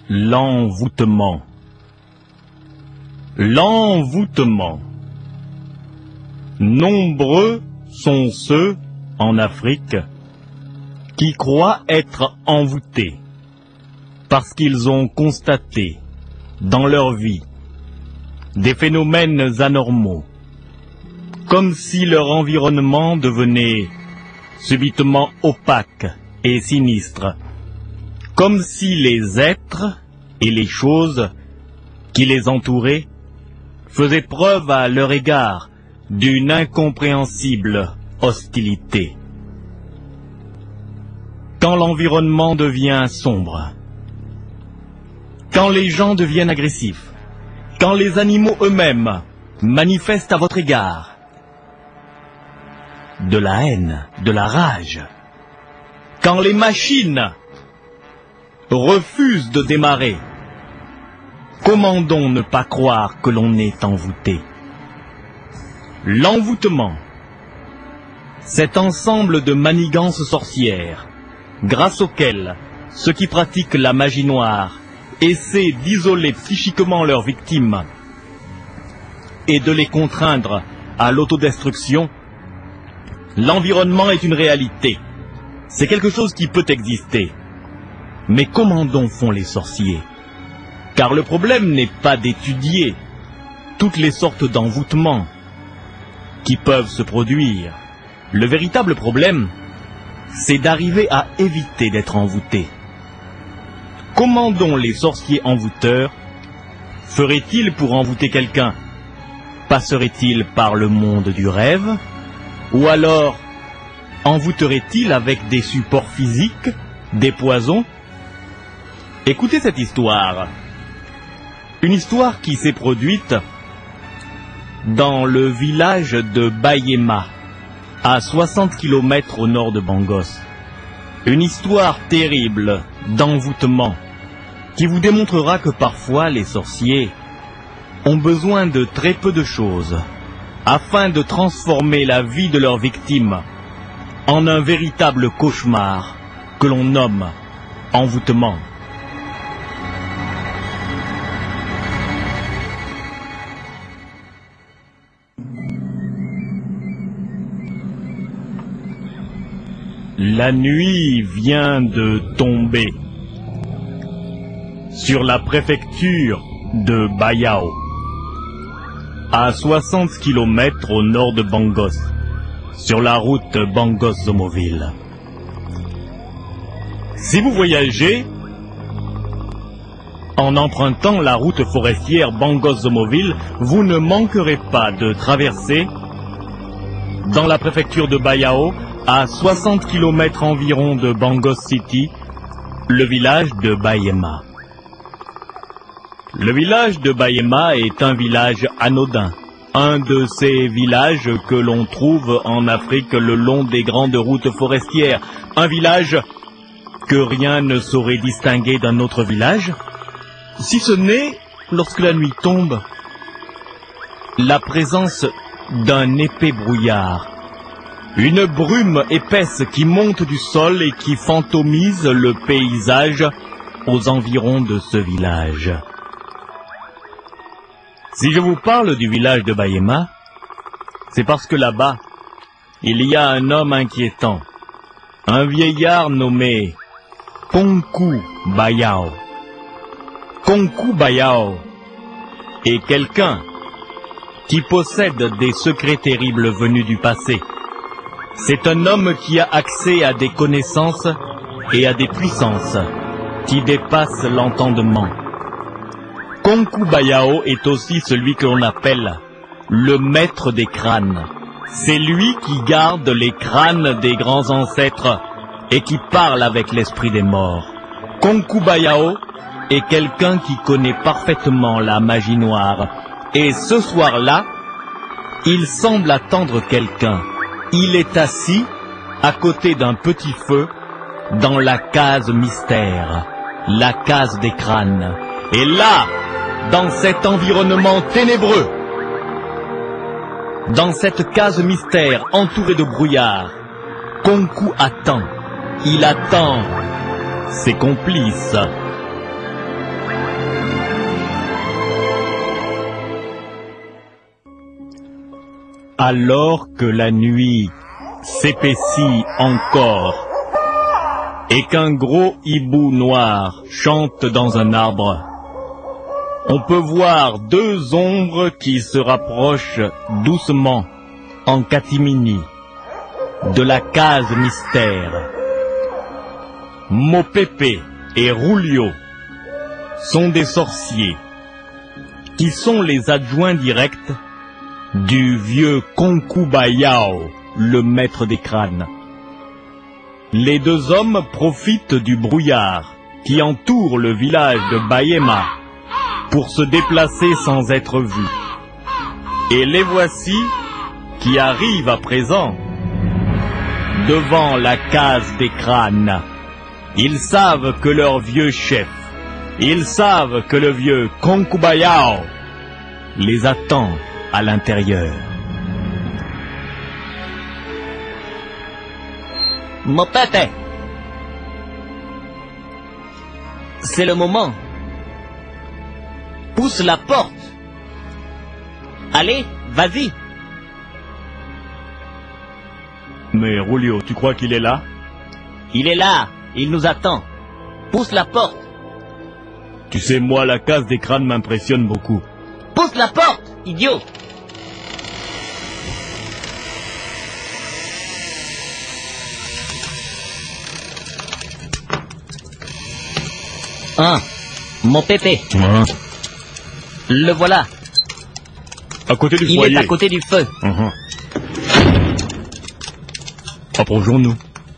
L'envoûtement. L'envoûtement. Nombreux sont ceux, en Afrique, qui croient être envoûtés, parce qu'ils ont constaté, dans leur vie, des phénomènes anormaux, comme si leur environnement devenait subitement opaque et sinistre, comme si les êtres et les choses qui les entouraient faisaient preuve à leur égard d'une incompréhensible hostilité. Quand l'environnement devient sombre, quand les gens deviennent agressifs, quand les animaux eux-mêmes manifestent à votre égard de la haine, de la rage, quand les machines refusent de démarrer, comment donc ne pas croire que l'on est envoûté? L'envoûtement, cet ensemble de manigances sorcières, grâce auxquelles ceux qui pratiquent la magie noire essaient d'isoler psychiquement leurs victimes et de les contraindre à l'autodestruction, l'environnement est une réalité. C'est quelque chose qui peut exister. Mais comment donc font les sorciers? Car le problème n'est pas d'étudier toutes les sortes d'envoûtements qui peuvent se produire. Le véritable problème, c'est d'arriver à éviter d'être envoûté. Comment donc les sorciers envoûteurs feraient-ils pour envoûter quelqu'un? Passeraient-ils par le monde du rêve? Ou alors envoûteraient-ils avec des supports physiques, des poisons? Écoutez cette histoire. Une histoire qui s'est produite dans le village de Bayema, à 60 km au nord de Bangos. Une histoire terrible d'envoûtement qui vous démontrera que parfois les sorciers ont besoin de très peu de choses afin de transformer la vie de leurs victimes en un véritable cauchemar que l'on nomme envoûtement. La nuit vient de tomber sur la préfecture de Bayao, à 60 km au nord de Bangos, sur la route Bangos-Zomoville. Si vous voyagez en empruntant la route forestière Bangos-Zomoville, vous ne manquerez pas de traverser dans la préfecture de Bayao, à 60 km environ de Bangos City, le village de Bayema. Le village de Bayema est un village anodin, un de ces villages que l'on trouve en Afrique le long des grandes routes forestières, un village que rien ne saurait distinguer d'un autre village, si ce n'est, lorsque la nuit tombe, la présence d'un épais brouillard. Une brume épaisse qui monte du sol et qui fantomise le paysage aux environs de ce village. Si je vous parle du village de Bayema, c'est parce que là-bas, il y a un homme inquiétant, un vieillard nommé Konku Bayao. Konku Bayao est quelqu'un qui possède des secrets terribles venus du passé. C'est un homme qui a accès à des connaissances et à des puissances qui dépassent l'entendement. Konku Bayao est aussi celui que l'on appelle le maître des crânes. C'est lui qui garde les crânes des grands ancêtres et qui parle avec l'esprit des morts. Konku Bayao est quelqu'un qui connaît parfaitement la magie noire. Et ce soir-là, il semble attendre quelqu'un. Il est assis à côté d'un petit feu dans la case mystère, la case des crânes. Et là, dans cet environnement ténébreux, dans cette case mystère entourée de brouillard, Konku attend. Il attend ses complices. Alors que la nuit s'épaissit encore et qu'un gros hibou noir chante dans un arbre, on peut voir deux ombres qui se rapprochent doucement en catimini de la case mystère. Mopepe et Rulio sont des sorciers qui sont les adjoints directs du vieux Konkubayao, le maître des crânes. Les deux hommes profitent du brouillard qui entoure le village de Bayema pour se déplacer sans être vus. Et les voici qui arrivent à présent devant la case des crânes. Ils savent que leur vieux chef, ils savent que le vieux Konkubayao les attend à l'intérieur. Mopepe, c'est le moment. Pousse la porte. Allez, vas-y. Mais Rulio, tu crois qu'il est là? Il est là, il nous attend. Pousse la porte. Tu sais, moi, la case des crânes m'impressionne beaucoup. Pousse la porte, idiot. Mopepe. Le voilà. À côté du Il foyer. est à côté du feu. Approchons-nous.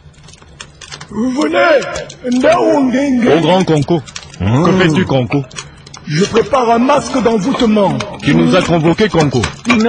Venez, Au grand Konko. Que fais-tu, Konko? je prépare un masque d'envoûtement. Tu nous as convoqué, Konko.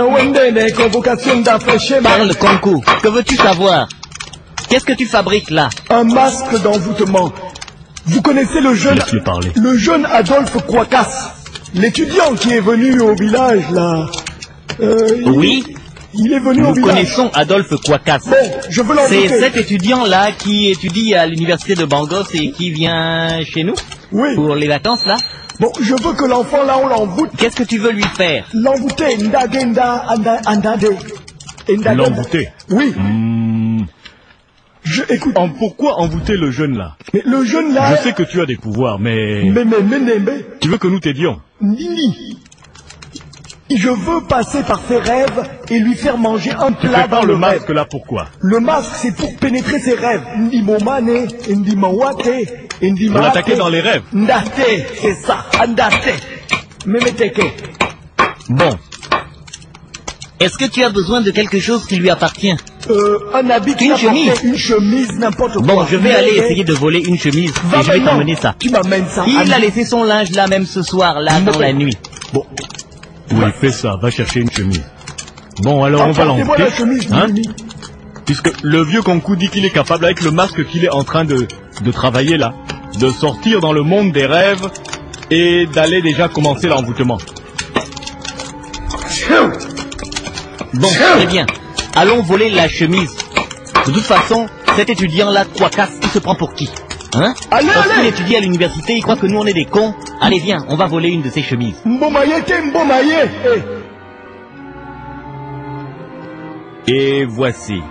Parle, Konku. Que veux-tu savoir? Qu'est-ce que tu fabriques là? Un masque d'envoûtement. Vous connaissez Laisse-le parler. le jeune Adolphe Quacas, l'étudiant qui est venu au village là. Oui, Il est venu au nous village. connaissons Adolphe Quacas. Bon, je veux C'est l'envoûter. cet étudiant-là qui étudie à l'université de Bangos et qui vient chez nous Oui. pour les vacances là. Bon, je veux que l'enfant là, on l'envoûte. Qu'est-ce que tu veux lui faire? L'envoûter. Ndagenda, andade. L'envoûter. Oui. Écoute, Pourquoi envoûter le jeune là? mais le jeune là. Je sais que tu as des pouvoirs, mais... Mais. Tu veux que nous t'aidions? Nini. Je veux passer par ses rêves et lui faire manger un Tu plat dans prépares le le masque rêve. là, pourquoi? Le masque, c'est pour pénétrer ses rêves. Ndimomane, ndimawate, ndimate. Pour l'attaquer dans les rêves. Ndate, c'est ça, andate. Memeteke. Bon, Est-ce que tu as besoin de quelque chose qui lui appartient? Un habit qui Une n'importe- chemise. Une chemise, n'importe quoi. Bon, je vais Mais- aller essayer de voler une chemise Va et je vais maintenant. t'emmener ça. Tu m'amènes ça. Il a laissé son linge là même ce soir là dans la nuit. Bon, oui, fais ça, va chercher une chemise. Bon, alors on va apportez-moi l'envoûter, la chemise, hein? Nini. Puisque le vieux Konku dit qu'il est capable, avec le masque qu'il est en train de travailler là, de sortir dans le monde des rêves et d'aller déjà commencer l'envoûtement. Bon, très bien. Allons voler la chemise. De toute façon, cet étudiant-là, Quacas, il se prend pour qui? Hein? Allez, Parce qu'il allez. étudie à l'université, il croit que nous on est des cons. Allez, viens, on va voler une de ses chemises. Mbomayete, mbomaye. Et voici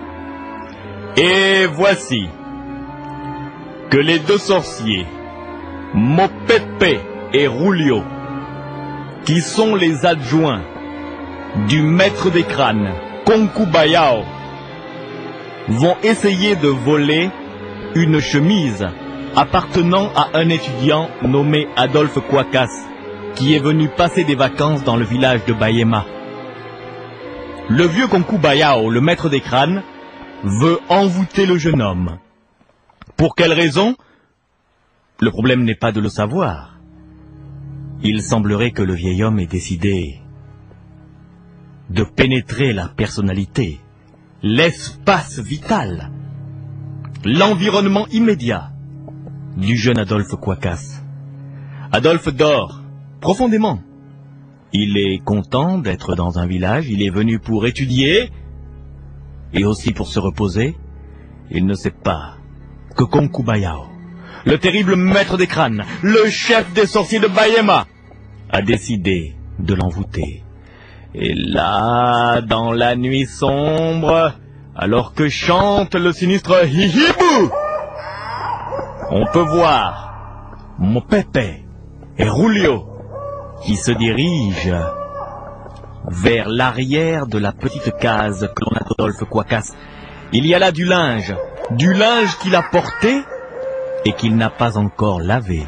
que les deux sorciers, Mopepe et Rulio, qui sont les adjoints du maître des crânes, Konkubayao, vont essayer de voler une chemise appartenant à un étudiant nommé Adolphe Quacas, qui est venu passer des vacances dans le village de Bayema. Le vieux Konkubayao, le maître des crânes, veut envoûter le jeune homme. Pour quelle raison? Le problème n'est pas de le savoir. Il semblerait que le vieil homme ait décidé de pénétrer la personnalité, l'espace vital, l'environnement immédiat du jeune Adolphe Quacas. Adolphe dort profondément. Il est content d'être dans un village, il est venu pour étudier et aussi pour se reposer. Il ne sait pas que Konkubayao, le terrible maître des crânes, le chef des sorciers de Bayema, a décidé de l'envoûter. Et là, dans la nuit sombre, alors que chante le sinistre Hihibou, on peut voir Mopepe et Julio qui se dirigent vers l'arrière de la petite case que l'on a Rodolphe Quacas. Il y a là du linge qu'il a porté et qu'il n'a pas encore lavé.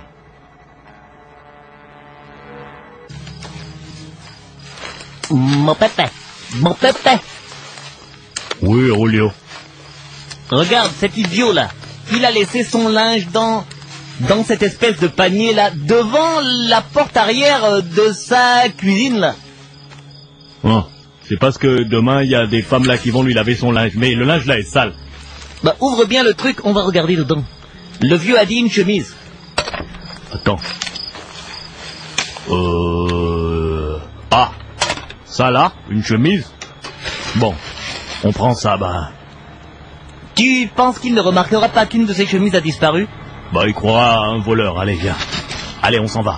Mon pépé. Oui, Julio. Regarde cet idiot là. Il a laissé son linge dans cette espèce de panier là, devant la porte arrière de sa cuisine là. Oh, c'est parce que demain il y a des femmes là qui vont lui laver son linge, mais le linge là est sale. Bah ouvre bien le truc, on va regarder dedans. Le vieux a dit une chemise. Attends. Ah, ça là, une chemise. Bon, on prend ça, bah. Tu penses qu'il ne remarquera pas qu'une de ses chemises a disparu? Bah, il croira à un voleur. Allez, viens. Allez, on s'en va.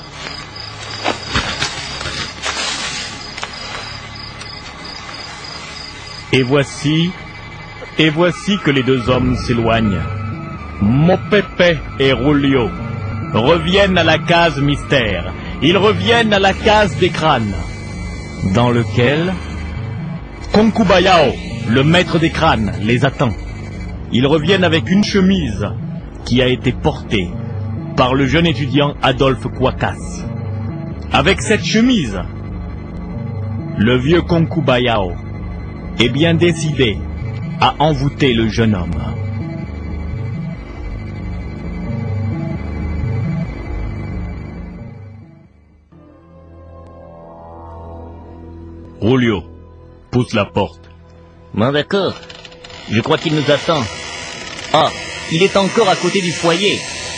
Et voici que les deux hommes s'éloignent. Mopepe et Julio reviennent à la case mystère. Ils reviennent à la case des crânes, dans lequel Concubayao, le maître des crânes, les attend. Ils reviennent avec une chemise qui a été portée par le jeune étudiant Adolphe Quacas. Avec cette chemise, le vieux Concubayao est bien décidé à envoûter le jeune homme. Julio, pousse la porte. Bon d'accord, je crois qu'il nous attend. Ah, il est encore à côté du foyer.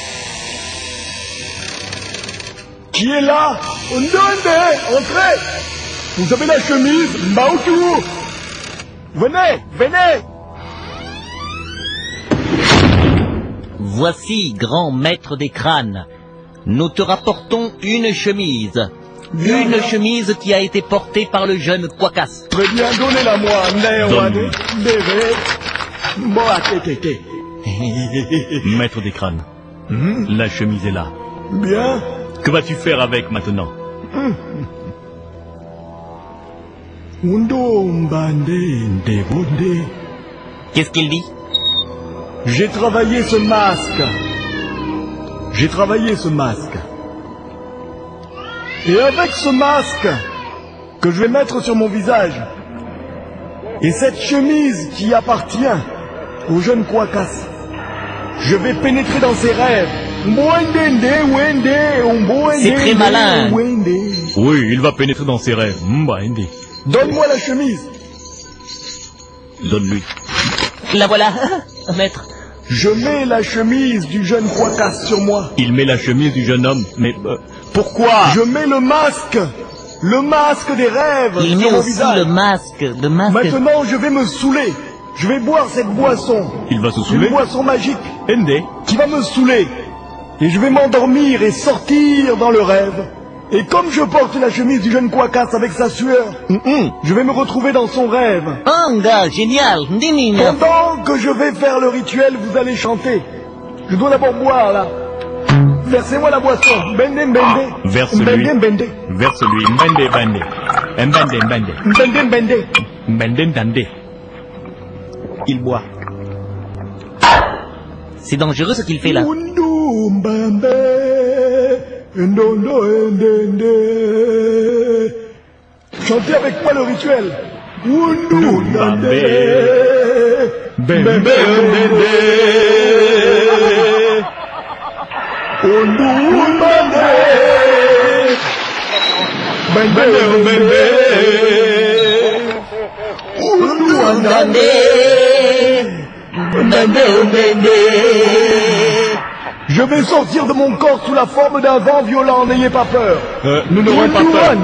Qui est là? Entrez! Vous avez la chemise, Maotou! Venez! Voici, grand maître des crânes. Nous te rapportons une chemise. Une chemise qui a été portée par le jeune Quacas. Très bien, donnez-la-moi, Maître des crânes, la chemise est là. Bien. Que vas-tu faire avec maintenant? Qu'est-ce qu'il dit? J'ai travaillé ce masque. Et avec ce masque que je vais mettre sur mon visage, et cette chemise qui appartient au jeune Quacas, je vais pénétrer dans ses rêves. C'est très malin. Oui, il va pénétrer dans ses rêves. Donne-moi la chemise. Donne-lui. La voilà, maître. Je mets la chemise du jeune Quacas sur moi. Il met la chemise du jeune homme, mais pourquoi? Je mets le masque des rêves Il sur met mon aussi visage. le masque. Maintenant, je vais me saouler. Je vais boire cette boisson. Il va se saouler? Une boisson magique Ende. qui va me saouler. Et je vais m'endormir et sortir dans le rêve. Et comme je porte la chemise du jeune Quacas avec sa sueur, je vais me retrouver dans son rêve. Anga, génial. Pendant que je vais faire le rituel, vous allez chanter. Je dois d'abord boire, là. Versez-moi la boisson. Bende. Verse-lui. Bende. Verse-lui. Bende. Bende. Bende. Il boit. C'est dangereux ce qu'il fait là. Chantez avec moi le rituel. Je vais sortir de mon corps sous la forme d'un vent violent, n'ayez pas peur. Nous n'aurons pas peur.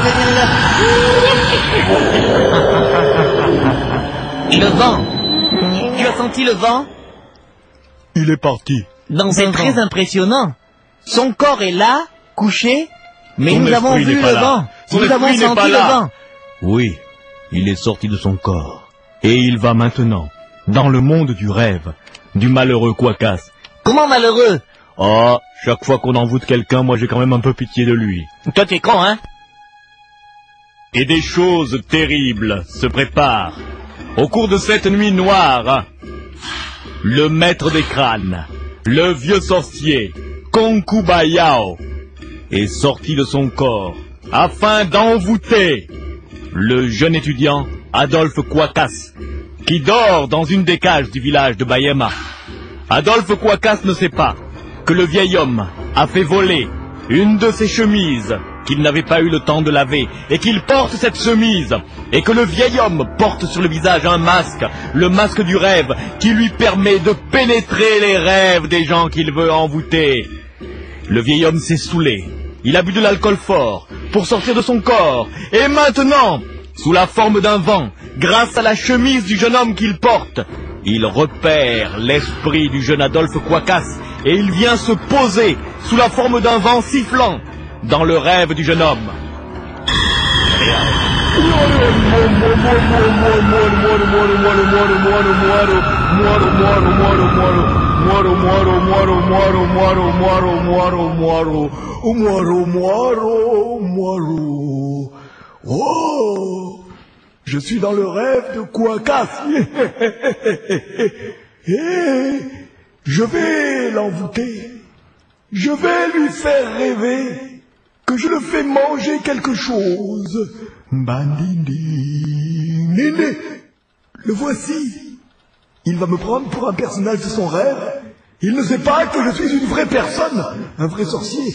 Le vent. Tu as senti le vent? Il est parti. C'est très impressionnant. Son corps est là, couché, mais Son nous avons esprit vu n'est le pas là. vent. Son Nous avons esprit n'est senti pas le là. vent. Oui, il est sorti de son corps. Et il va maintenant dans le monde du rêve, du malheureux Quacas. Comment malheureux? Oh, chaque fois qu'on envoûte quelqu'un, moi j'ai quand même un peu pitié de lui. Toi t'es con, hein? Et des choses terribles se préparent. Au cours de cette nuit noire, le maître des crânes, le vieux sorcier, Konkubayao, est sorti de son corps afin d'envoûter le jeune étudiant Adolphe Quacas, qui dort dans une des cages du village de Bayema. Adolphe Quacas ne sait pas que le vieil homme a fait voler une de ses chemises qu'il n'avait pas eu le temps de laver, et qu'il porte cette chemise, et que le vieil homme porte sur le visage un masque, le masque du rêve, qui lui permet de pénétrer les rêves des gens qu'il veut envoûter. Le vieil homme s'est saoulé, il a bu de l'alcool fort pour sortir de son corps, et maintenant, sous la forme d'un vent, grâce à la chemise du jeune homme qu'il porte, il repère l'esprit du jeune Adolphe Quacas, et il vient se poser sous la forme d'un vent sifflant dans le rêve du jeune homme. Oh, je suis dans le rêve de Quacas. Je vais l'envoûter. Je vais lui faire rêver que je le fais manger quelque chose. Bandindi, Néné, le voici. Il va me prendre pour un personnage de son rêve. Il ne sait pas que je suis une vraie personne, un vrai sorcier.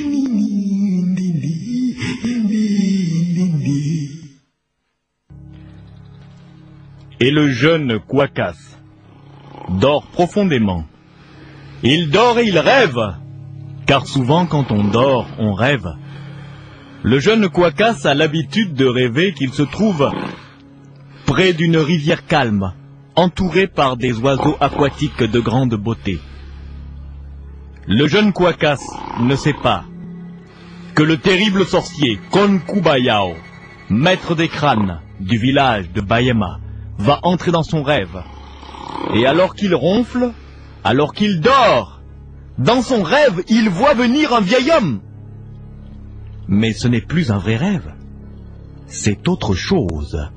Et le jeune Quacas dort profondément. Il dort et il rêve, car souvent quand on dort, on rêve. Le jeune Quacas a l'habitude de rêver qu'il se trouve près d'une rivière calme, entouré par des oiseaux aquatiques de grande beauté. Le jeune Quacas ne sait pas que le terrible sorcier Konkubayao, maître des crânes du village de Bayema, va entrer dans son rêve. Et alors qu'il ronfle, alors qu'il dort, dans son rêve, il voit venir un vieil homme. Mais ce n'est plus un vrai rêve, c'est autre chose.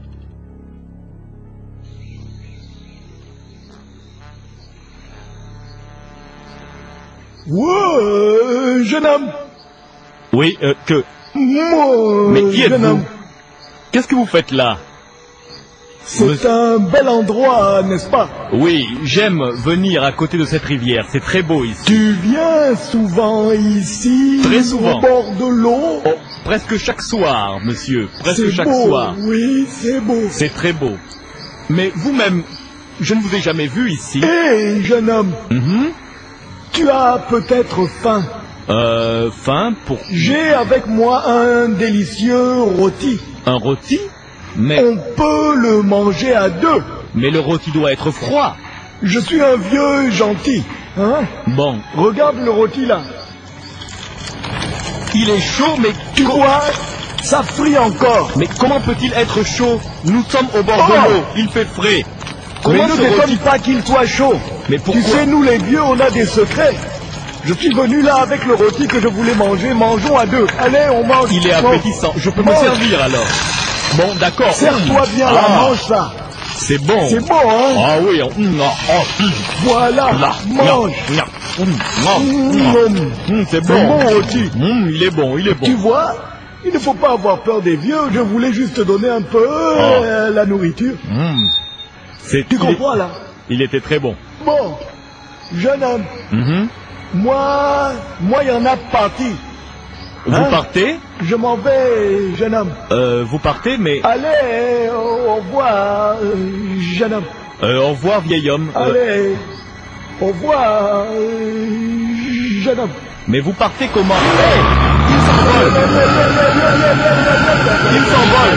Ouais, jeune homme. Oui, que... Moi, Mais qui jeune êtes-vous? homme. Qu'est-ce que vous faites là? C'est un bel endroit, n'est-ce pas? Oui, j'aime venir à côté de cette rivière, c'est très beau ici. Tu viens souvent ici, Très souvent. au bord de l'eau? Oh, presque chaque soir, monsieur, presque C'est chaque beau, soir. oui, c'est beau. C'est très beau. Mais vous-même, je ne vous ai jamais vu ici. Hé, jeune homme, Mhm. tu as peut-être faim. Faim pour J'ai avec moi un délicieux rôti. un rôti? Mais On peut le manger à deux. le rôti doit être froid. Je suis un vieux gentil, hein? Bon, Regarde le rôti là. il est chaud, mais Tu vois, ça frit encore. Mais comment peut-il être chaud? Nous sommes au bord Oh! de l'eau, il fait frais. Mais Comment ne ce t'étonne rôti... pas qu'il soit chaud. Mais pourquoi? Tu sais, nous les vieux, on a des secrets. Je suis venu là avec le rôti que je voulais manger. Mangeons à deux. Allez, on mange. Il est Mange. appétissant. Je peux me Mange. servir alors. Bon, d'accord. Serre-toi bien là, Ah, mange ça. c'est bon. C'est bon, hein? Ah oui, Voilà, mange. C'est C'est bon bon. rôti. Il est bon, il est Tu bon. vois, il ne faut pas avoir peur des vieux. Je voulais juste te donner un peu la nourriture. C'est Tu comprends là? Il était très bon. Bon, jeune homme, Mhm. moi, il y en a parti. Vous Hein? partez? Je m'en vais, jeune homme. Vous partez, mais Allez, au revoir, jeune homme. au revoir, vieil homme. Allez, au revoir, jeune homme. Mais vous partez comment? Il s'en s'envole. Il s'envole.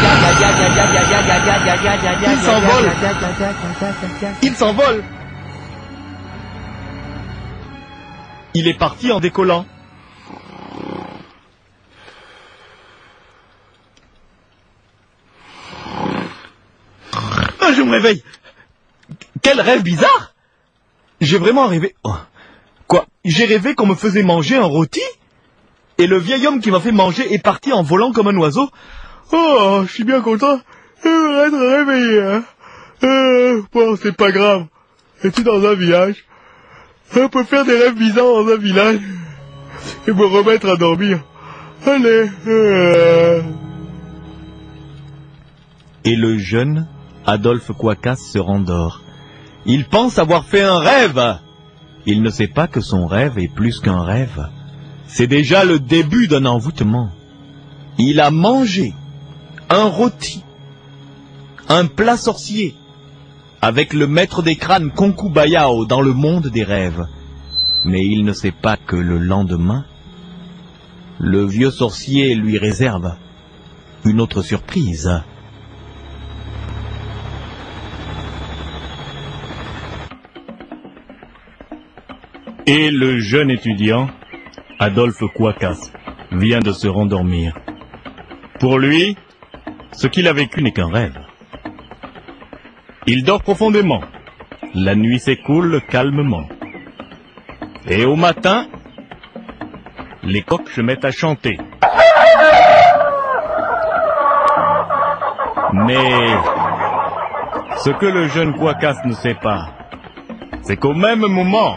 Il s'envole. Il s'envole. Il est parti en décollant. Ah, je me réveille. Quel rêve bizarre. J'ai vraiment rêvé... Oh. Quoi? J'ai rêvé qu'on me faisait manger un rôti? Et le vieil homme qui m'a fait manger est parti en volant comme un oiseau? Oh, je suis bien content. Je vais être réveillé, hein. Bon, c'est pas grave. Es-tu dans un village? On peut faire des rêves bizarres dans un village. Et me remettre à dormir. Allez. Et le jeune Adolphe Quacas se rendort. Il pense avoir fait un rêve. Il ne sait pas que son rêve est plus qu'un rêve. C'est déjà le début d'un envoûtement. Il a mangé un rôti, un plat sorcier, avec le maître des crânes Concubayao dans le monde des rêves. Mais il ne sait pas que le lendemain, le vieux sorcier lui réserve une autre surprise. Et le jeune étudiant, Adolphe Quacas, vient de se rendormir. Pour lui, ce qu'il a vécu n'est qu'un rêve. Il dort profondément. La nuit s'écoule calmement. Et au matin, les coqs se mettent à chanter. Mais ce que le jeune Quacas ne sait pas, c'est qu'au même moment,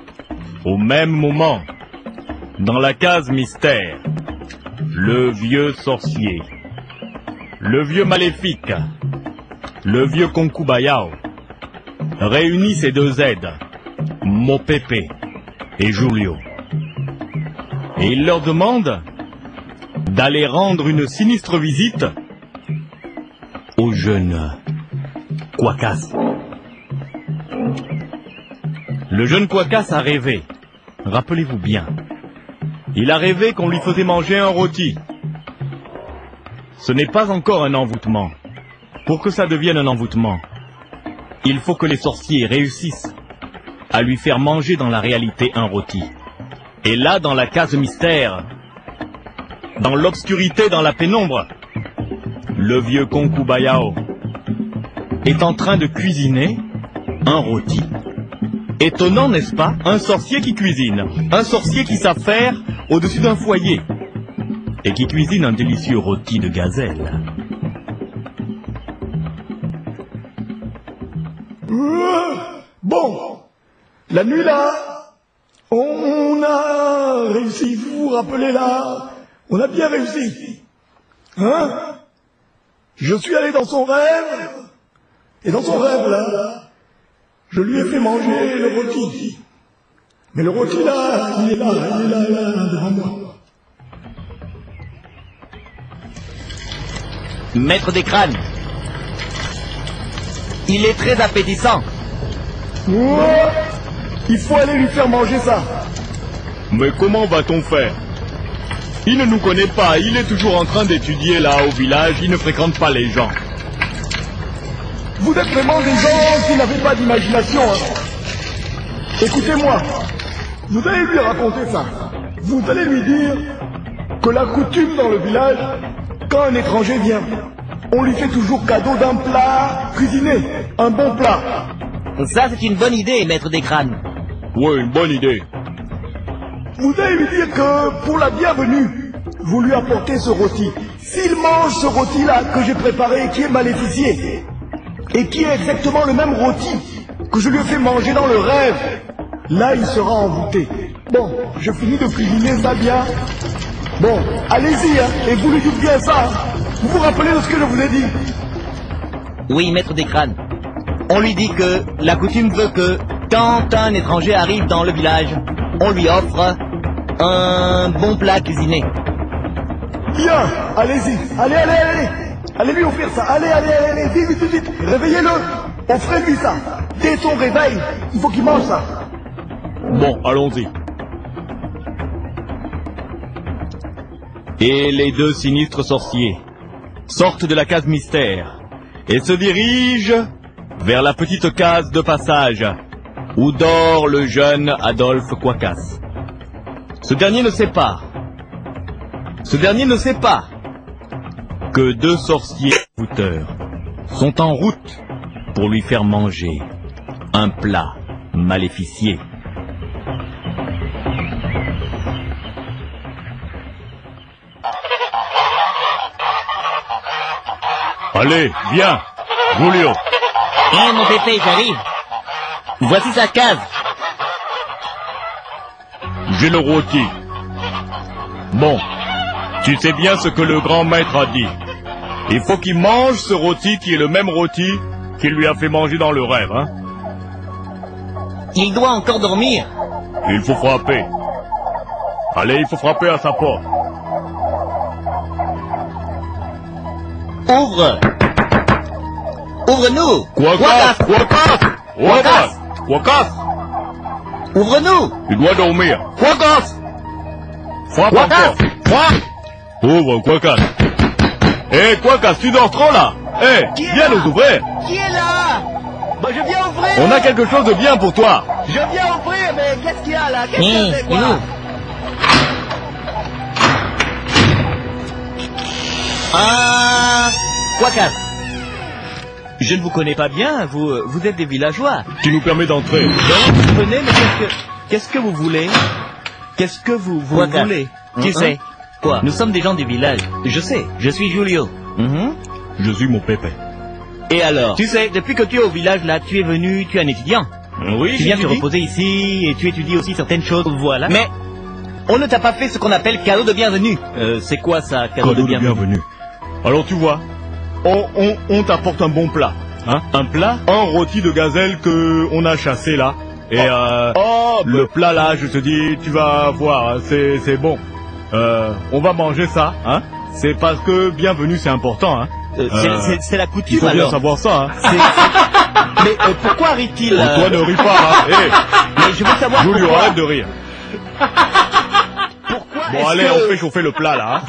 dans la case mystère, le vieux sorcier, le vieux maléfique, le vieux Concubayao, réunit ses deux aides, Mopepe et Julio. Et il leur demande d'aller rendre une sinistre visite au jeune Quacas. Le jeune Quacas a rêvé, rappelez-vous bien. Il a rêvé qu'on lui faisait manger un rôti. Ce n'est pas encore un envoûtement. Pour que ça devienne un envoûtement, il faut que les sorciers réussissent à lui faire manger dans la réalité un rôti. Et là, dans la case mystère, dans l'obscurité, dans la pénombre, le vieux Concubayao est en train de cuisiner un rôti. Étonnant, n'est-ce pas? Un sorcier qui cuisine. Un sorcier qui s'affaire au-dessus d'un foyer. Et qui cuisine un délicieux rôti de gazelle. Bon, la nuit là, on a réussi, vous vous rappelez là, on a bien réussi. Hein? Je suis allé dans son rêve, et dans son rêve là, je lui ai fait manger le rôti. Mais le rôti là, il est là, devant moi. Maître des crânes, il est très appétissant. Ouais, il faut aller lui faire manger ça. Mais comment va-t-on faire? Il ne nous connaît pas, il est toujours en train d'étudier là au village, il ne fréquente pas les gens. Vous êtes vraiment des gens qui n'avaient pas d'imagination, hein. Écoutez-moi, vous allez lui raconter ça. Vous allez lui dire que la coutume dans le village, quand un étranger vient, on lui fait toujours cadeau d'un plat cuisiné, un bon plat. Ça, c'est une bonne idée, maître des crânes. Oui, une bonne idée. Vous allez lui dire que pour la bienvenue, vous lui apportez ce rôti. S'il mange ce rôti-là que j'ai préparé, qui est maléficié, et qui est exactement le même rôti que je lui ai fait manger dans le rêve, là il sera envoûté. Bon, je finis de cuisiner ça bien. Bon, allez-y, hein, et vous lui dites bien ça. Hein. Vous vous rappelez de ce que je vous ai dit? Oui, maître des crânes. On lui dit que la coutume veut que quand un étranger arrive dans le village, on lui offre un bon plat cuisiné. Bien, allez-y, allez. Allez lui offrir ça, allez, vite, réveillez-le, offrez-lui ça. Dès son réveil, il faut qu'il mange ça. Bon, allons-y. Et les deux sinistres sorciers sortent de la case mystère et se dirigent vers la petite case de passage où dort le jeune Adolphe Quacas. Ce dernier ne sait pas que deux sorciers fouteurs sont en route pour lui faire manger un plat maléficié. Allez, viens, Julio. Hé, mon pépé, j'arrive. Voici sa case. J'ai le rôti. Bon, tu sais bien ce que le grand maître a dit. Il faut qu'il mange ce rôti qui est le même rôti qu'il lui a fait manger dans le rêve, hein. Il doit encore dormir. Il faut frapper. Allez, il faut frapper à sa porte. Ouvre. Ouvre-nous. Quacas. Ouvre-nous. Il doit dormir. Quacas. Frappe Quacas. encore. Frappe. Ouvre, Quacas. Hé, Quacas, tu dors trop là. Hé, viens nous ouvrir. Qui est là? Bah je viens ouvrir. On a quelque chose de bien pour toi. Je viens ouvrir, mais qu'est-ce qu'il y a là? Qu'est-ce que c'est Il quoi? ouvre. Ah, Quacas. Je ne vous connais pas bien, vous êtes des villageois. Tu nous permets d'entrer. Donc, venez, mais qu'est-ce que vous voulez? Qu'est-ce que vous Quacas, voulez? Tu sais, Quoi? nous sommes des gens du village. Je sais. Je suis Julio. Je suis mon pépé. Et alors? Tu sais, depuis que tu es au village là, tu es venu, tu es un étudiant. Oui, Tu viens te reposer ici et tu étudies aussi certaines choses. Voilà. Mais on ne t'a pas fait ce qu'on appelle cadeau de bienvenue. C'est quoi ça, cadeau de bienvenue? Alors tu vois, on t'apporte un bon plat. Hein? Un plat? Un rôti de gazelle que on a chassé là. Et le plat là, je te dis, tu vas voir, c'est bon. On va manger ça, hein? C'est parce que bienvenue c'est important, hein? C'est la Il coutume faut bien alors. savoir ça, hein? Mais pourquoi rit-il Toi ne ris pas, hein? Hey, Mais je veux savoir Julio, pourquoi. arrête de rire. Pourquoi Bon, est-ce allez, que... on fait chauffer le plat là, hein?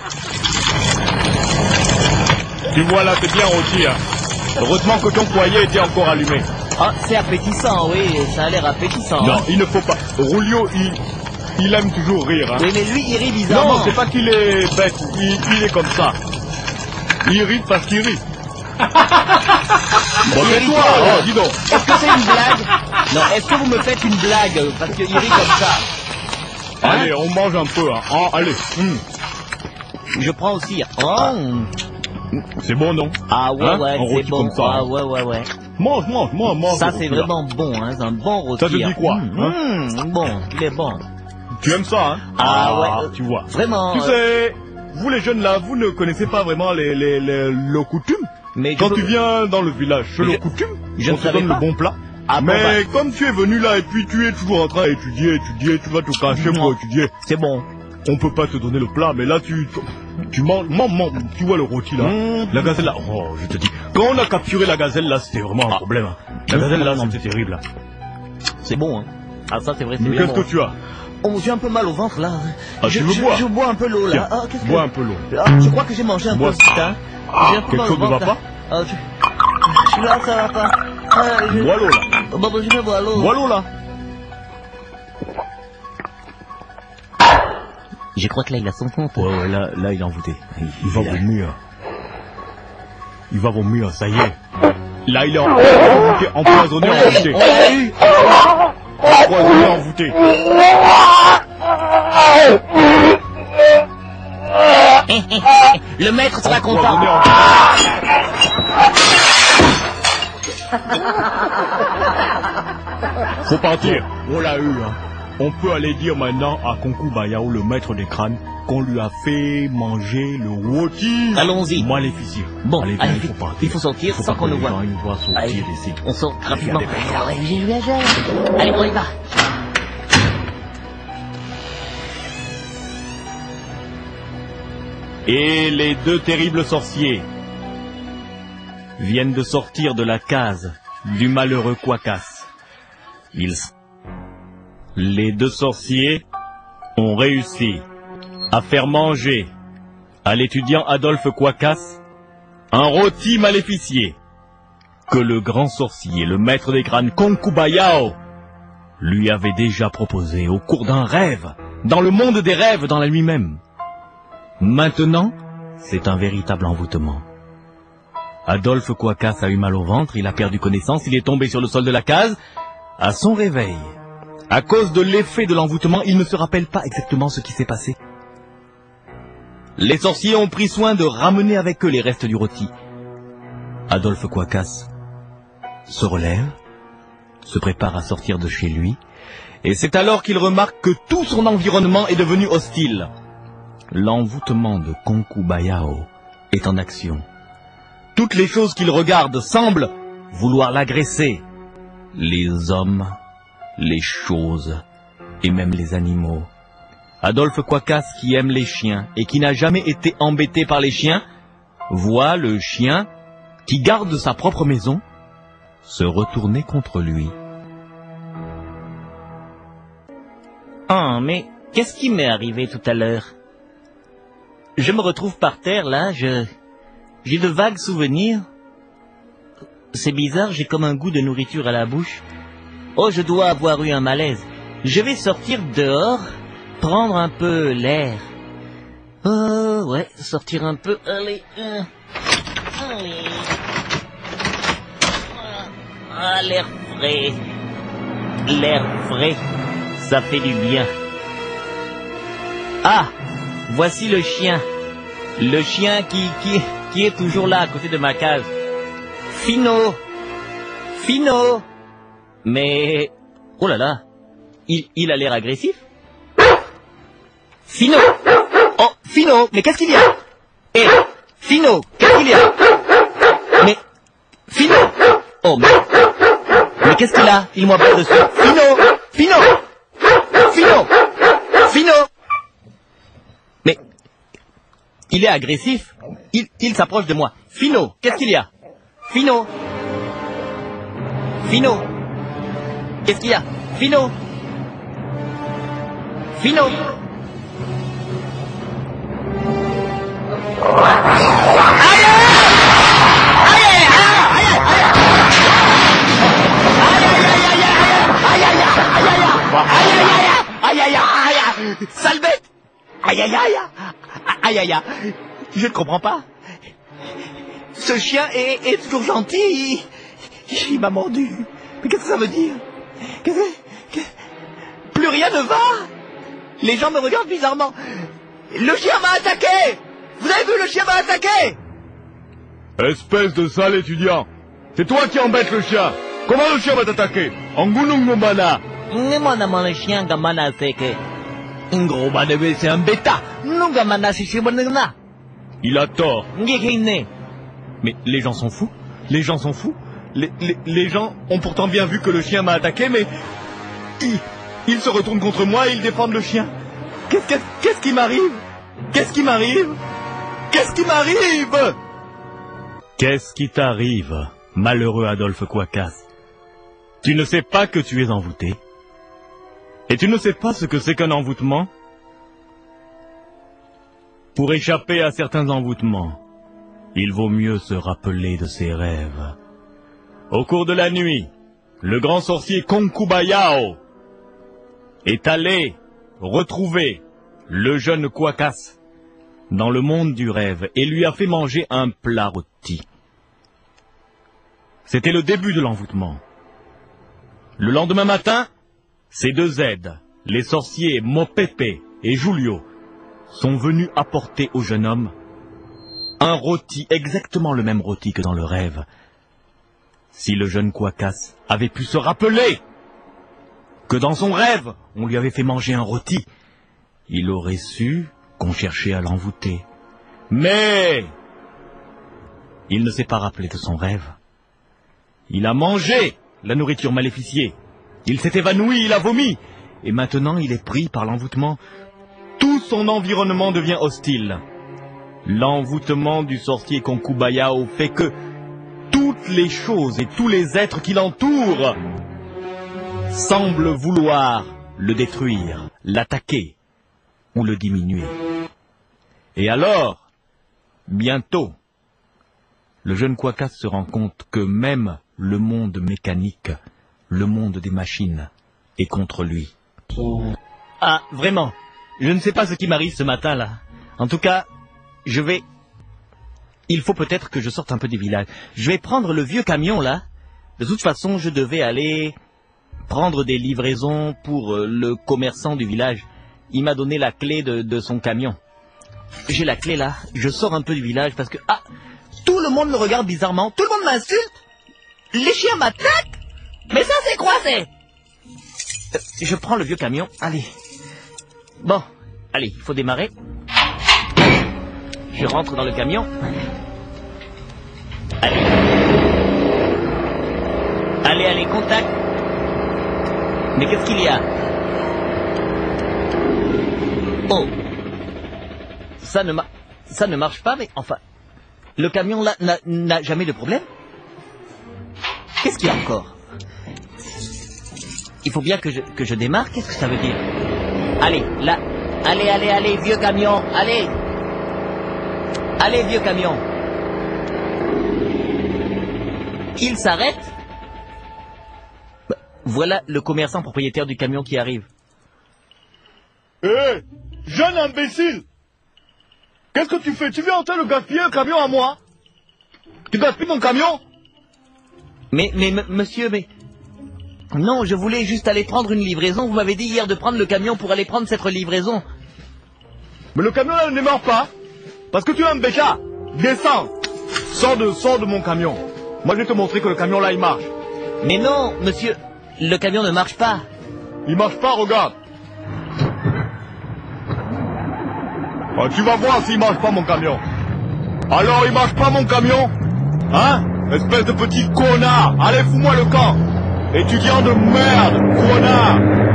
Tu vois là, c'est bien rôti, hein? Heureusement que ton foyer était encore allumé. Ah, c'est appétissant, oui, ça a l'air appétissant. Non, hein. il ne faut pas. Julio, il aime toujours rire, hein? Oui, mais lui, il rit bizarrement. Non, c'est pas qu'il est bête, il est comme ça. Il rit parce qu'il rit. Bon, Il mais rit toi, trop, dis donc. Est-ce que c'est une blague? Non, est-ce que vous me faites une blague parce qu'il rit comme ça? Hein? Allez, on mange un peu, hein. Ah, allez. Je prends aussi. Oh. C'est bon, non? Ah ouais, Hein? ouais, Un c'est rôti bon. comme ça, Ah hein. ouais. Mange. Ça, le c'est rôti, là. vraiment bon, hein. C'est un bon rôti. Ça te dit quoi, Bon, il est bon. Tu aimes ça, hein? Ah, ouais. Tu vois. Vraiment. Tu sais, vous les jeunes là, vous ne connaissez pas vraiment les coutumes. Mais Quand tu viens dans le village, chez Mais le coutume, je on ne te savais donne pas. le bon plat. Ah, bon, Mais comme tu es venu là et puis tu es toujours en train d'étudier, tu vas te cacher pour étudier. c'est bon. On peut pas te donner le plat, mais là tu manges, tu vois le rôti là, la gazelle là. Oh, je te dis, quand on a capturé la gazelle là, c'était vraiment un problème. Hein. La gazelle là, c'était terrible. Là. C'est bon, hein. Ah, ça, c'est vrai, c'est Mais bien qu'est-ce bon. que tu as? Oh, j'ai un peu mal au ventre, là. Ah, tu veux boire? Je bois un peu l'eau, là. Tiens, Ah, qu'est-ce que... bois un peu l'eau. Ah, je crois que j'ai mangé un Bois peu ça. vite, hein. J'ai un peu Quelque mal au chose ne va ventre, pas? là. Ah, je suis là, ça va pas. Ah, Bois l'eau là. Bah, je vais boire l'eau. Bois l'eau là. Je crois que là, il a son compte. Ouais, là il est envoûté. Il va vomir. Il va vomir, ça y est. Là il est envoûté, empoisonné, envoûté. On l'a eu. Empoisonné, envoûté. Le maître sera Empoisonné, content. envoûté. Faut partir. On l'a eu, hein. On peut aller dire maintenant à Konku Bayao, le maître des crânes, qu'on lui a fait manger le rôti. Allons-y. Maléficieux. Bon, allez, allez, il faut partir. il faut sortir Faut sans pas qu'on que nous les voie. gens, ils nous voient sortir Allez, d'ici. on sort rapidement. Regardez. Allez, on y va. Et les deux terribles sorciers viennent de sortir de la case du malheureux Quacas. Les deux sorciers ont réussi à faire manger à l'étudiant Adolphe Quacas un rôti maléficié que le grand sorcier, le maître des crânes Concubayao, lui avait déjà proposé au cours d'un rêve, dans le monde des rêves, dans la nuit même. Maintenant, c'est un véritable envoûtement. Adolphe Quacas a eu mal au ventre, il a perdu connaissance, il est tombé sur le sol de la case. À son réveil, à cause de l'effet de l'envoûtement, il ne se rappelle pas exactement ce qui s'est passé. Les sorciers ont pris soin de ramener avec eux les restes du rôti. Adolphe Quacas se relève, se prépare à sortir de chez lui, et c'est alors qu'il remarque que tout son environnement est devenu hostile. L'envoûtement de Concubayao est en action. Toutes les choses qu'il regarde semblent vouloir l'agresser. Les hommes, les choses, et même les animaux. Adolphe Quacas, qui aime les chiens et qui n'a jamais été embêté par les chiens, voit le chien, qui garde sa propre maison, se retourner contre lui. Oh, mais qu'est-ce qui m'est arrivé tout à l'heure? Je me retrouve par terre, là, j'ai de vagues souvenirs. C'est bizarre, j'ai comme un goût de nourriture à la bouche. Oh, je dois avoir eu un malaise. Je vais sortir dehors, prendre un peu l'air. Oh, ouais, sortir un peu, allez. Allez. Ah, l'air frais. L'air frais, ça fait du bien. Ah, voici le chien. Le chien qui est toujours là, à côté de ma case. Fino. Fino. Mais, oh là là, il a l'air agressif. Fino. Oh, Fino, mais qu'est-ce qu'il y a? Eh, Fino, qu'est-ce qu'il y a? Mais, Fino. Oh, mais qu'est-ce qu'il a? Il m'appelle dessus. Fino, Fino, Fino, Fino. Mais, il est agressif. Il s'approche de moi. Fino, qu'est-ce qu'il y a? Fino. Fino. Qu'est-ce qu'il y a? Fino. Fino. Sale bête! Aïe aïe aïe! Aïe aïe aïe! Je ne comprends pas. Ce chien est toujours gentil. Il m'a mordu. Mais qu'est-ce que ça veut dire? Plus rien ne va. Les gens me regardent bizarrement. Le chien m'a attaqué. Vous avez vu, le chien m'a attaqué. Espèce de sale étudiant. C'est toi qui embêtes le chien. Comment le chien va t'attaquer? Angunungumbana. Mon le chien gamana c'est que gros bébé c'est un bêta. Nous gamana c'est chez bonna. Il a tort. Ngekine. Mais les gens sont fous. Les gens sont fous. Les gens ont pourtant bien vu que le chien m'a attaqué, mais ils se retournent contre moi et ils défendent le chien. Qu'est-ce qui m'arrive? Qu'est-ce qui m'arrive? Qu'est-ce qui m'arrive? Qu'est-ce qui t'arrive, malheureux Adolphe Quacas? Tu ne sais pas que tu es envoûté? Et tu ne sais pas ce que c'est qu'un envoûtement? Pour échapper à certains envoûtements, il vaut mieux se rappeler de ses rêves. Au cours de la nuit, le grand sorcier Concubayao est allé retrouver le jeune Quacas dans le monde du rêve et lui a fait manger un plat rôti. C'était le début de l'envoûtement. Le lendemain matin, ces deux aides, les sorciers Mopepe et Julio, sont venus apporter au jeune homme un rôti, exactement le même rôti que dans le rêve. Si le jeune Quacas avait pu se rappeler que dans son rêve, on lui avait fait manger un rôti, il aurait su qu'on cherchait à l'envoûter. Mais il ne s'est pas rappelé de son rêve. Il a mangé la nourriture maléficiée. Il s'est évanoui, il a vomi. Et maintenant, il est pris par l'envoûtement. Tout son environnement devient hostile. L'envoûtement du sorcier Concubayao fait que toutes les choses et tous les êtres qui l'entourent semblent vouloir le détruire, l'attaquer ou le diminuer. Et alors, Bientôt, le jeune Quacas se rend compte que même le monde mécanique, le monde des machines, est contre lui. Ah, vraiment, je ne sais pas ce qui m'arrive ce matin-là. En tout cas, il faut peut-être que je sorte un peu du village. Je vais prendre le vieux camion, là. De toute façon, je devais aller prendre des livraisons pour le commerçant du village. Il m'a donné la clé de son camion. J'ai la clé, là. Je sors un peu du village parce que... Ah, tout le monde me regarde bizarrement. Tout le monde m'insulte. Les chiens m'attaquent. Mais ça, c'est quoi, c'est... Je prends le vieux camion. Allez. Bon, allez, il faut démarrer. Je rentre dans le camion. Allez. Allez, contact. Mais qu'est-ce qu'il y a? Oh. Ça ne marche pas, mais enfin... Le camion, là, n'a jamais de problème? Qu'est-ce qu'il y a encore? Il faut bien que je démarre. Qu'est-ce que ça veut dire? Allez, là. Allez, vieux camion. Allez. Allez, vieux camion. Il s'arrête. Voilà le commerçant propriétaire du camion qui arrive. Hé, jeune imbécile! Qu'est-ce que tu fais? Tu viens en train de gaspiller un camion à moi? Tu gaspilles mon camion? Mais, monsieur, mais... Non, je voulais juste aller prendre une livraison. Vous m'avez dit hier de prendre le camion pour aller prendre cette livraison. Mais le camion là ne démarre pas. Parce que tu es un béchat. Descends. Sors de mon camion. Moi je vais te montrer que le camion là il marche. Mais non, monsieur, le camion ne marche pas. Il marche pas, regarde. Oh, tu vas voir s'il marche pas mon camion. Alors il marche pas mon camion? Hein? Espèce de petit connard. Allez, fous-moi le camp. Étudiant de merde, connard.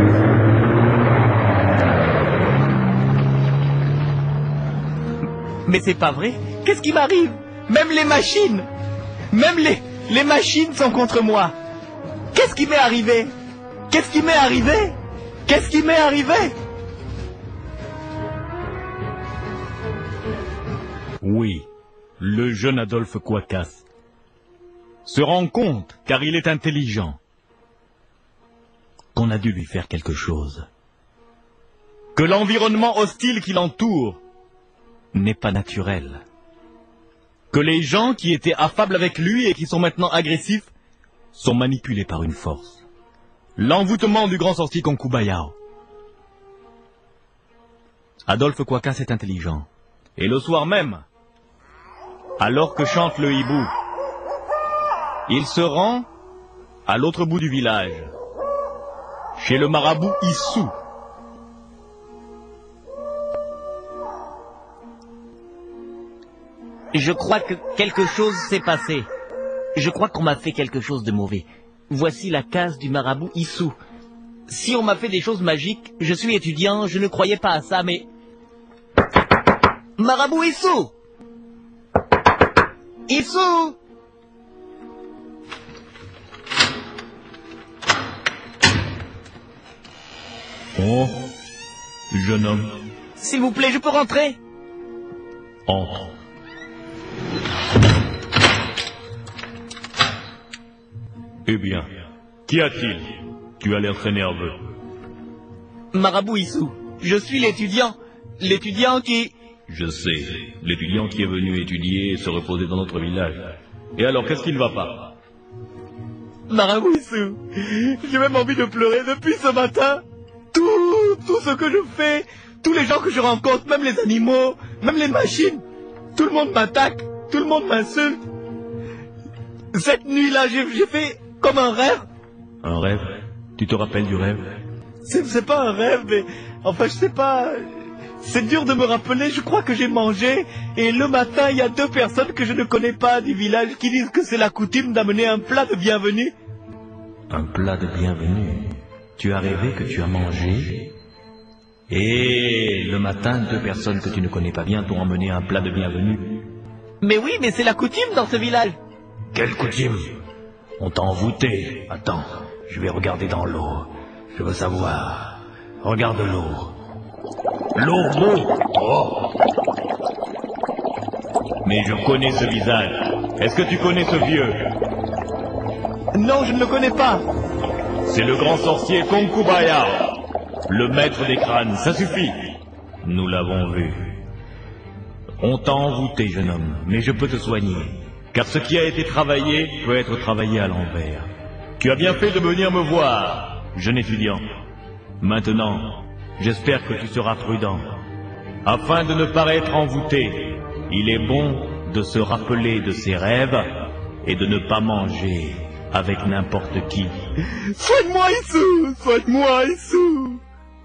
Mais c'est pas vrai. Qu'est-ce qui m'arrive? Même les machines. Même les machines sont contre moi. Qu'est-ce qui m'est arrivé? Qu'est-ce qui m'est arrivé? Qu'est-ce qui m'est arrivé? Oui, le jeune Adolphe Quacas se rend compte, car il est intelligent, qu'on a dû lui faire quelque chose. Que l'environnement hostile qui l'entoure n'est pas naturel. Que les gens qui étaient affables avec lui et qui sont maintenant agressifs sont manipulés par une force. L'envoûtement du grand sorcier Concubayao. Adolphe Quacas est intelligent. Et le soir même, alors que chante le hibou, il se rend à l'autre bout du village, chez le marabout Issou. Je crois que quelque chose s'est passé. Je crois qu'on m'a fait quelque chose de mauvais. Voici la case du marabout Issou. Si on m'a fait des choses magiques, je suis étudiant, je ne croyais pas à ça, mais... Marabout Issou! Issou! Oh, jeune homme. S'il vous plaît, je peux rentrer? Entre. Eh bien, qu'y a-t-il? Tu as l'air très nerveux. Marabout Issou, je suis l'étudiant qui... Je sais, l'étudiant qui est venu étudier et se reposer dans notre village. Et alors, qu'est-ce qui ne va pas? Marabout Issou, j'ai même envie de pleurer depuis ce matin. Tout ce que je fais, tous les gens que je rencontre, même les animaux, même les machines, tout le monde m'attaque, tout le monde m'insulte. Cette nuit-là, j'ai fait comme un rêve. Un rêve? Tu te rappelles du rêve? C'est pas un rêve, mais... Enfin, je sais pas... C'est dur de me rappeler, je crois que j'ai mangé, et le matin, il y a 2 personnes que je ne connais pas du village qui disent que c'est la coutume d'amener un plat de bienvenue. Un plat de bienvenue? Tu as rêvé que tu as mangé? Et le matin, 2 personnes que tu ne connais pas bien t'ont emmené un plat de bienvenue? Mais oui, mais c'est la coutume dans ce village. Quelle coutume? On t'a envoûté. Attends, je vais regarder dans l'eau. Je veux savoir. Regarde l'eau. L'eau, oh. Mais je connais ce visage. Est-ce que tu connais ce vieux? Non, je ne le connais pas. C'est le grand sorcier Konkubaya, le maître des crânes, ça suffit. Nous l'avons vu. On t'a envoûté, jeune homme, mais je peux te soigner. Car ce qui a été travaillé peut être travaillé à l'envers. Tu as bien fait de venir me voir, jeune étudiant. Maintenant, j'espère que tu seras prudent. Afin de ne pas être envoûté, il est bon de se rappeler de ses rêves et de ne pas manger avec n'importe qui. Soigne-moi, Issou! Soigne-moi, Issou!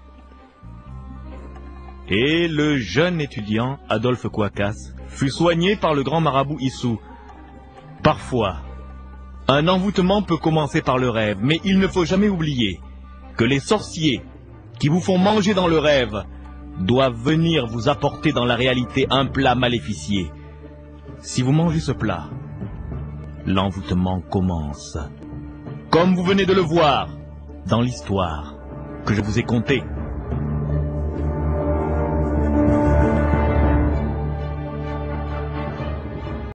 Et le jeune étudiant, Adolphe Kouakas, fut soigné par le grand marabout Issou. Parfois, un envoûtement peut commencer par le rêve, mais il ne faut jamais oublier que les sorciers qui vous font manger dans le rêve doivent venir vous apporter dans la réalité un plat maléficié. Si vous mangez ce plat, l'envoûtement commence. Comme vous venez de le voir dans l'histoire que je vous ai contée.